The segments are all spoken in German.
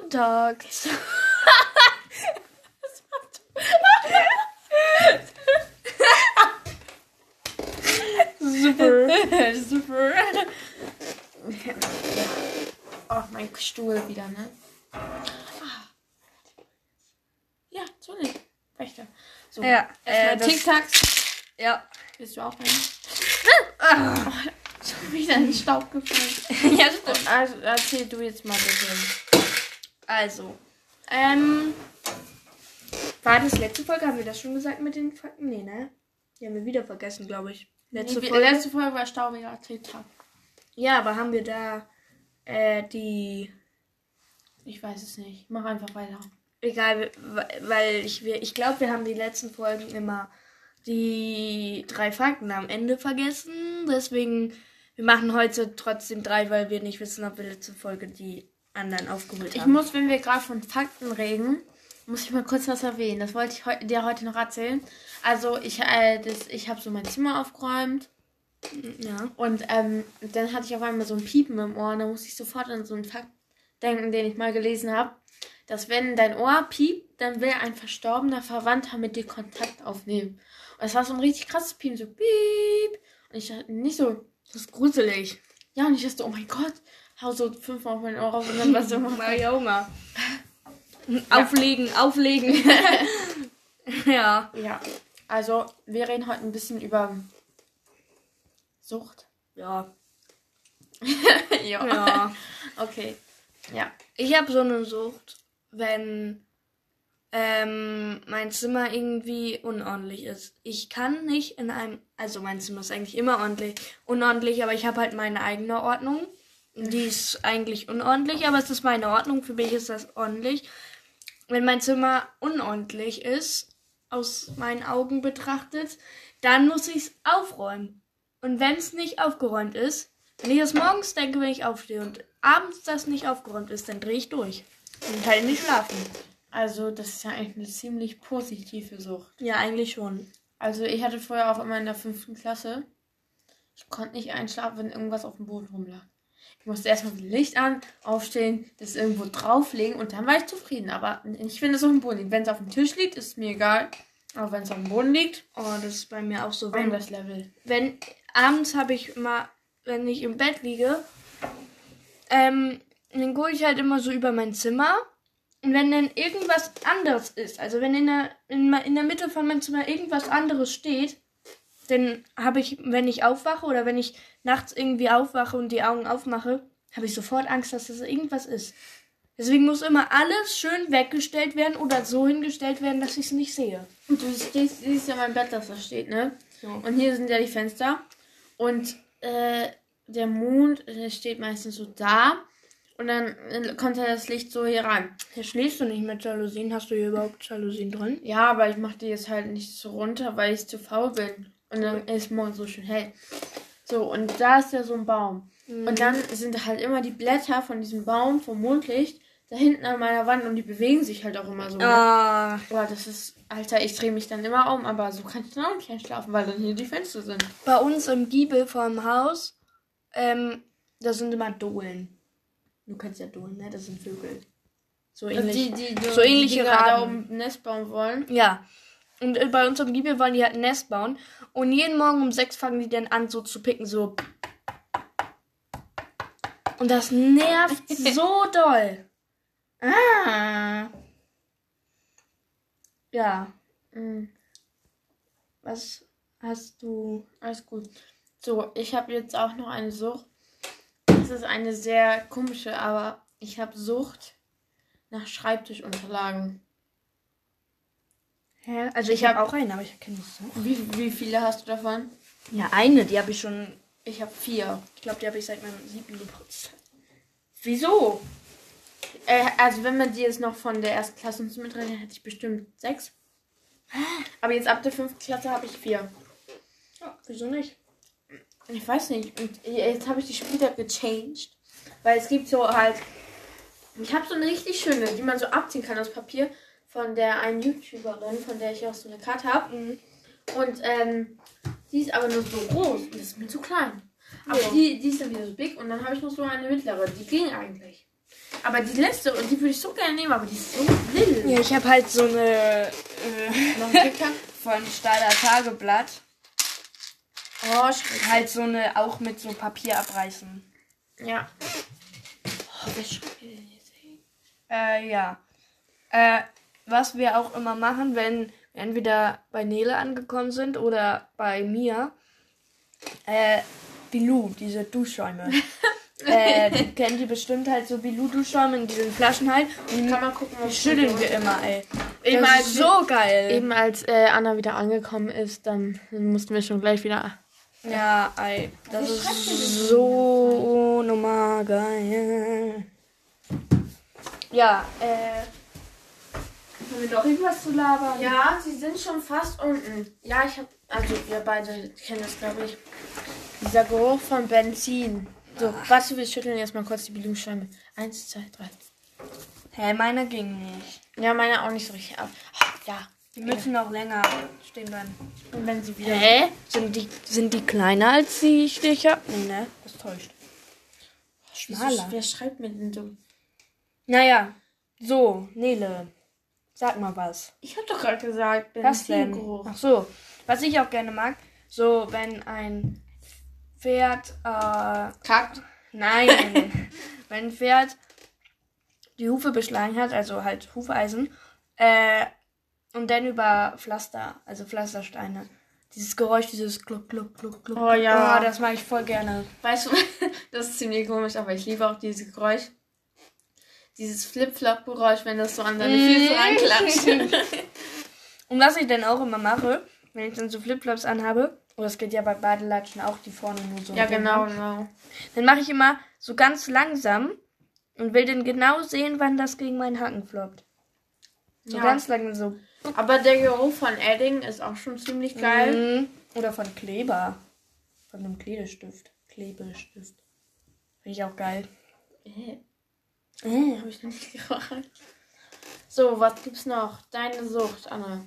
Montags. Super. Super. Oh, mein Stuhl wieder, ne? Ja, so nicht. Wächter. So, Ja, TikToks. Ja. Willst du auch rein? Schon wieder in den Staub gefallen. Ja, stimmt. Also, erzähl du jetzt mal bitte. Also, war das letzte Folge? Haben wir das schon gesagt mit den Fakten? Nee, ne? Die haben wir wieder vergessen, glaube ich. Letzte Folge war staubiger TikTok. Ja, aber haben wir da die... Ich weiß es nicht. Mach einfach weiter. Egal, weil ich glaube, wir haben die letzten Folgen immer die 3 Fakten am Ende vergessen. Deswegen, wir machen heute trotzdem 3, weil wir nicht wissen, ob wir letzte Folge die anderen aufgeholt haben. Ich muss, wenn wir gerade von Fakten reden, muss ich mal kurz was erwähnen. Das wollte ich dir heute noch erzählen. Also, ich habe so mein Zimmer aufgeräumt. Ja. Und dann hatte ich auf einmal so ein Piepen im Ohr. Und da musste ich sofort an so einen Fakt denken, den ich mal gelesen habe. Dass wenn dein Ohr piept, dann will ein verstorbener Verwandter mit dir Kontakt aufnehmen. Und es war so ein richtig krasses Piepen, so piep. Und ich dachte nicht so, Das ist gruselig. ja, und ich dachte, oh mein Gott, hau so 5-mal auf mein Ohr rauf und dann war so, Junge. Auflegen. Ja. ja. Also, wir reden heute ein bisschen über Sucht. Ja. Ja. Okay. Ja. Ich habe so eine Sucht, wenn mein Zimmer irgendwie unordentlich ist. Ich kann nicht in einem... Also mein Zimmer ist eigentlich immer unordentlich, aber ich habe halt meine eigene Ordnung. Die ist eigentlich unordentlich, aber es ist meine Ordnung. Für mich ist das ordentlich. Wenn mein Zimmer unordentlich ist, aus meinen Augen betrachtet, dann muss ich es aufräumen. Und wenn es nicht aufgeräumt ist, wenn ich das morgens denke, wenn ich aufstehe und abends das nicht aufgeräumt ist, dann drehe ich durch. Und halt nicht schlafen. Also, das ist ja eigentlich eine ziemlich positive Sucht. Ja, eigentlich schon. Also, ich hatte vorher auch immer in der 5. Klasse, ich konnte nicht einschlafen, wenn irgendwas auf dem Boden rumlag. Ich musste erstmal das Licht an, aufstehen, das irgendwo drauflegen und dann war ich zufrieden. Aber nicht, wenn es auf dem Boden liegt. Wenn es auf dem Tisch liegt, ist es mir egal. Aber wenn es auf dem Boden liegt, Oh, das ist bei mir auch so. wenn das Level. Wenn abends habe ich immer, wenn ich im Bett liege, dann gucke ich halt immer so über mein Zimmer. Und wenn dann irgendwas anderes ist, also wenn in der Mitte von meinem Zimmer irgendwas anderes steht, dann habe ich, wenn ich aufwache oder wenn ich nachts irgendwie aufwache und die Augen aufmache, habe ich sofort Angst, dass das irgendwas ist. Deswegen muss immer alles schön weggestellt werden oder so hingestellt werden, dass ich es nicht sehe. Und du siehst ja mein Bett, dass da steht, ne? So. Und hier sind ja die Fenster. Und der Mond, der steht meistens so da. Und dann kommt ja das Licht so hier rein. Hier schließt du nicht mit Jalousien. Hast du hier überhaupt Jalousien drin? Ja, aber ich mache die jetzt halt nicht so runter, weil ich zu faul bin. Und dann ist morgen so schön hell. So, und da ist ja so ein Baum. Und dann sind halt immer die Blätter von diesem Baum, vom Mondlicht, da hinten an meiner Wand und die bewegen sich halt auch immer so. Ne? Ah. Boah, das ist, Alter, ich drehe mich dann immer um, aber so kann ich dann auch nicht einschlafen, weil dann hier die Fenster sind. Bei uns im Giebel vorm Haus, da sind immer Dohlen. Du kennst ja Dohlen, ne? Das sind Vögel. So ähnlich. So ähnliche da Raben. oben ein Nest bauen wollen. Ja. Und bei uns im Giebel wollen die halt ein Nest bauen. Und jeden Morgen um 6 fangen die dann an, so zu picken, so. Und das nervt so doll. Ah. Ja. Was hast du? Alles gut. So, ich habe jetzt auch noch eine Sucht. Das ist eine sehr komische, aber ich habe Sucht nach Schreibtischunterlagen. Hä? Also ich habe auch eine, aber ich kenne das so. Wie viele hast du davon? Ja, eine, die habe ich schon. Ich habe 4. Ich glaube, die habe ich seit meinem 7. Geburtstag. Wieso? Also wenn man die jetzt noch von der 1. Klasse und so mitrechnet, hätte ich bestimmt 6. Aber jetzt ab der 5. Klasse habe ich 4. Ja, wieso nicht? Ich weiß nicht. Und jetzt habe ich die schon wieder gechanged. Weil es gibt so halt... Ich habe so eine richtig schöne, die man so abziehen kann aus Papier. Von der einen YouTuberin, von der ich auch so eine Karte habe. Und die ist aber nur so groß. Und das ist mir zu klein. Aber die ist dann wieder so big. Und dann habe ich noch so eine mittlere. Die ging eigentlich. Aber die letzte, und die würde ich so gerne nehmen, aber die ist so wild. Ja, ich habe halt so eine Noch ein TikTok? von Steiler Tageblatt. Oh, schrecklich. Halt so eine, auch mit so Papier abreißen. Ja. Oh, wer schreibt mir denn jetzt? Ja. Was wir auch immer machen, wenn wir entweder bei Nele angekommen sind oder bei mir. Bilou, diese Duschschäume. Die kennen die bestimmt halt so Bilou-Duschschäume in diesen Flaschen halt. Und Kann man gucken, die schütteln wir immer, ey. Eben Das als ist so geil. Eben als Anna wieder angekommen ist, dann mussten wir schon gleich wieder. Ja, ey. Das Wie schreibt ihr ist das so normal geil. Ja, haben wir doch irgendwas zu labern? Ja, sie sind schon fast unten. Ja, also wir beide kennen das, glaube ich. Dieser Geruch von Benzin. So, warte, wir schütteln jetzt mal kurz die Blumenscheibe. 1, 2, 3. Hä, meiner ging nicht. Ja, meine auch nicht so richtig. Aber, ja. Die müssen noch länger stehen bleiben. Und wenn sie wieder. Hä? Sind die kleiner als die Stiche? Nee, ne? Das täuscht. Schmaler. Wer schreibt mir denn so? Naja, so, Nele. Sag mal was. Ich hab doch gerade gesagt, Was denn? Benzingeruch. Ach so. Was ich auch gerne mag, so wenn ein Pferd, Kackt. nein. Wenn ein Pferd die Hufe beschlagen hat, also halt Hufeisen, und dann über Pflaster, also Pflastersteine. Dieses Geräusch, dieses Gluck, Gluck, Gluck, Gluck. Oh ja. Oh, das mag ich voll gerne. Weißt du, das ist ziemlich komisch, aber ich liebe auch dieses Geräusch. Dieses Flip-Flop-Geräusch, wenn das so an deine Füße reinklatscht. Und was ich dann auch immer mache, wenn ich dann so Flipflops anhabe, oder es geht ja bei Badelatschen auch, die vorne nur so. Ja, ein Ding genau, haben, genau. dann mache ich immer so ganz langsam und will dann genau sehen, wann das gegen meinen Haken floppt. So Ja. ganz langsam so. Aber der Geruch von Edding ist auch schon ziemlich geil. Oder von Kleber. Von einem Klebestift. Klebestift. Finde ich auch geil. Hab ich noch nicht geraucht. So, was gibt's noch? Deine Sucht, Anna.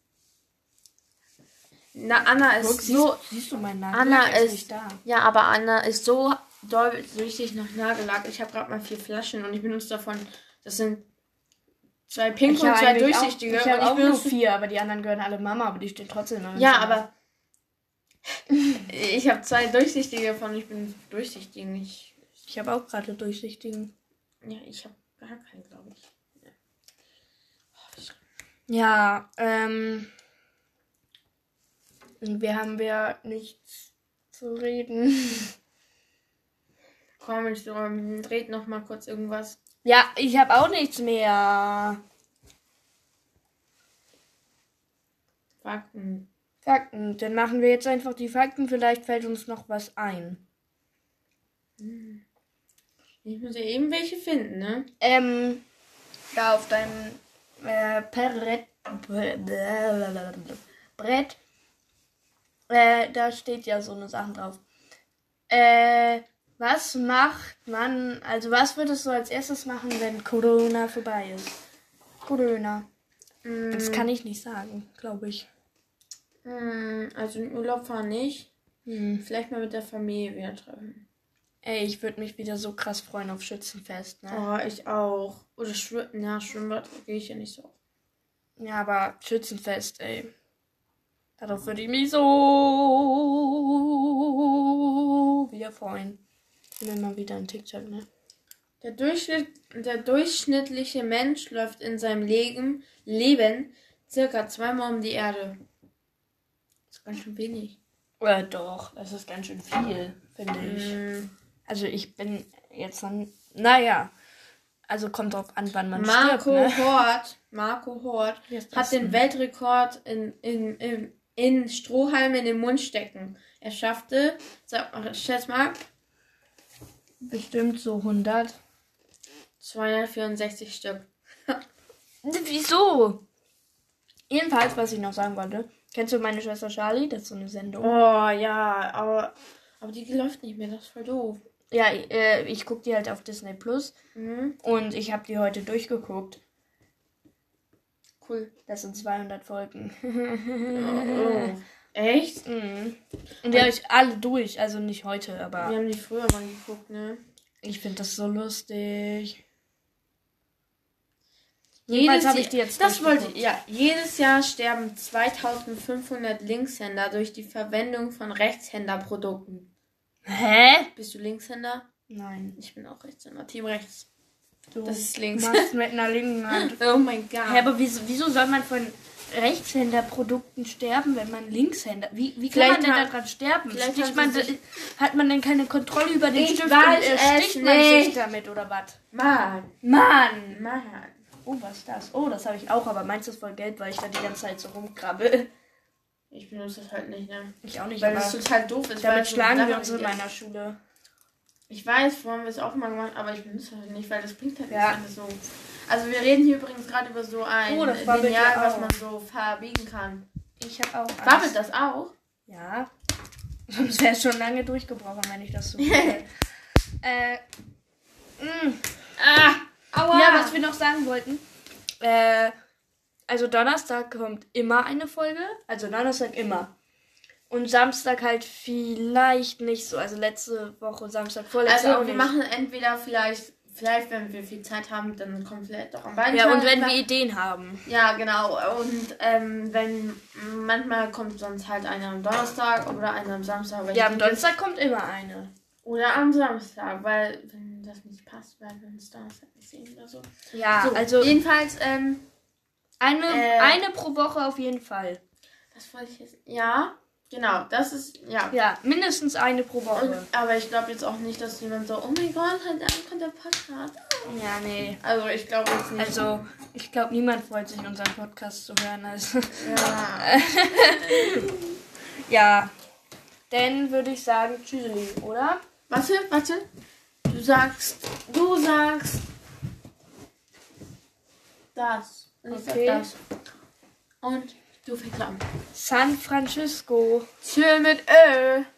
Na, Anna ist Guck, so... siehst du meinen Nacken? Anna Der ist... nicht da. Ja, aber Anna ist so doll süchtig nach Nagellack. Ich habe gerade mal 4 Flaschen und ich benutze davon... Das sind 2 pink und 2 durchsichtige. Ich habe auch und nur benutze 4, aber die anderen gehören alle Mama, aber die stehen trotzdem noch. Ja, aber ich habe 2 durchsichtige von, ich bin durchsichtig nicht. Ich habe auch gerade durchsichtigen. Ja, ich habe gar keinen, glaube ich. Ja, wir haben nichts zu reden. Komm, ich dreht noch mal kurz irgendwas. Ja, ich habe auch nichts mehr. Fakten. Fakten. Dann machen wir jetzt einfach die Fakten. Vielleicht fällt uns noch was ein. Ich muss ja eben welche finden, ne? Da auf deinem Brett, da steht ja so eine Sache drauf. Was macht man, also was würdest du als erstes machen, wenn Corona vorbei ist? Corona. Das kann ich nicht sagen, glaube ich. Also in Urlaub fahren nicht. Vielleicht mal mit der Familie wieder treffen. Ey, ich würde mich wieder so krass freuen auf Schützenfest, ne? Oh, ich auch. Oder Schwimmbad gehe ich ja nicht so. Ja, aber Schützenfest, ey. Darauf würde ich mich so wieder freuen. Ich will mal wieder ein TikTok, ne? Der durchschnittliche Mensch läuft in seinem Leben circa 2-mal um die Erde. Das ist ganz schön wenig. Doch, das ist ganz schön viel, finde ich. Also ich bin jetzt dann, naja, also kommt drauf an, wann man stirbt, ne? Marco Hort Wie ist das hat den denn? Weltrekord in Strohhalme in den Mund stecken. Er schaffte, schätz mal, Bestimmt so 100. 264 Stück. Wieso? Jedenfalls, was ich noch sagen wollte. Kennst du meine Schwester Charlie? Das ist so eine Sendung. Oh ja, aber die läuft nicht mehr, das ist voll doof. Ja, ich gucke die halt auf Disney Plus. Und ich habe die heute durchgeguckt. Cool. Das sind 200 Folgen. Oh. Echt? Und die habe ich alle durch. Also nicht heute, aber Wir haben die früher mal geguckt, ne? ich finde das so lustig. Jedenfalls habe ich die jetzt Das wollte durchgeguckt. ja. Jedes Jahr sterben 2500 Linkshänder durch die Verwendung von Rechtshänderprodukten. Hä? Bist du Linkshänder? Nein. Ich bin auch Rechtshänder. Team rechts. Du Das ist links. machst mit einer linken Hand. Oh mein Gott. Hä, aber wieso soll man von Rechtshänderprodukten sterben, wenn man Linkshänder... Wie kann Vielleicht man denn haben- daran sterben? vielleicht Sticht haben man, sie sich- hat man denn keine Kontrolle über den Ich Stift weiß und es sticht man sich nicht. damit oder was? Mann. Mann! Mann. Oh, was ist das? Oh, das habe ich auch, aber meins ist voll gelb, weil ich da die ganze Zeit so rumkrabbel. Ich benutze das halt nicht, ne? Ich auch nicht, Weil aber das total doof ist. weil damit es so schlagen wir flach uns in ist. meiner Schule. Ich weiß, vorhin haben wir es auch mal gemacht, aber ich benutze das halt nicht, weil das bringt halt Ja. nichts, wenn das so... Also wir reden hier übrigens gerade über so ein Oh, das wabbelt Lineal, ja was auch. man so verbiegen kann. Ich habe auch Angst. Wabbelt das auch? Ja. Sonst wäre es schon lange durchgebrochen, wenn ich das so würde. Aua! Ja, was wir noch sagen wollten. Also Donnerstag kommt immer eine Folge. Also Donnerstag immer. Und Samstag halt vielleicht nicht so. Also letzte Woche Samstag, vorletzte Also auch wir nicht. machen entweder vielleicht, wenn wir viel Zeit haben, dann kommt vielleicht doch am beiden Ja, und Tagen wenn wir klar. Ideen haben. Ja, genau. Und wenn manchmal kommt sonst halt einer am Donnerstag oder einer am Samstag. Aber ich Ja, am denke, Donnerstag kommt immer eine. oder am Samstag, weil wenn das nicht passt, weil wir uns Donnerstag nicht sehen oder so. Ja, So, also jedenfalls, eine pro Woche auf jeden Fall. was wollte ich jetzt? Ja, genau, das ist, ja. Ja, mindestens eine pro Woche. Und, aber ich glaube jetzt auch nicht, dass jemand so, oh mein Gott, halt einfach der Podcast. Ja, nee. Also ich glaube jetzt nicht. Also, ich glaube, niemand freut sich, unseren Podcast zu hören. Also. ja. Ja. Dann würde ich sagen, tschüsseli, oder? Warte. Du sagst das. Und ich Okay. sag das. Und du fängst an. San Francisco. Chill mit Ö.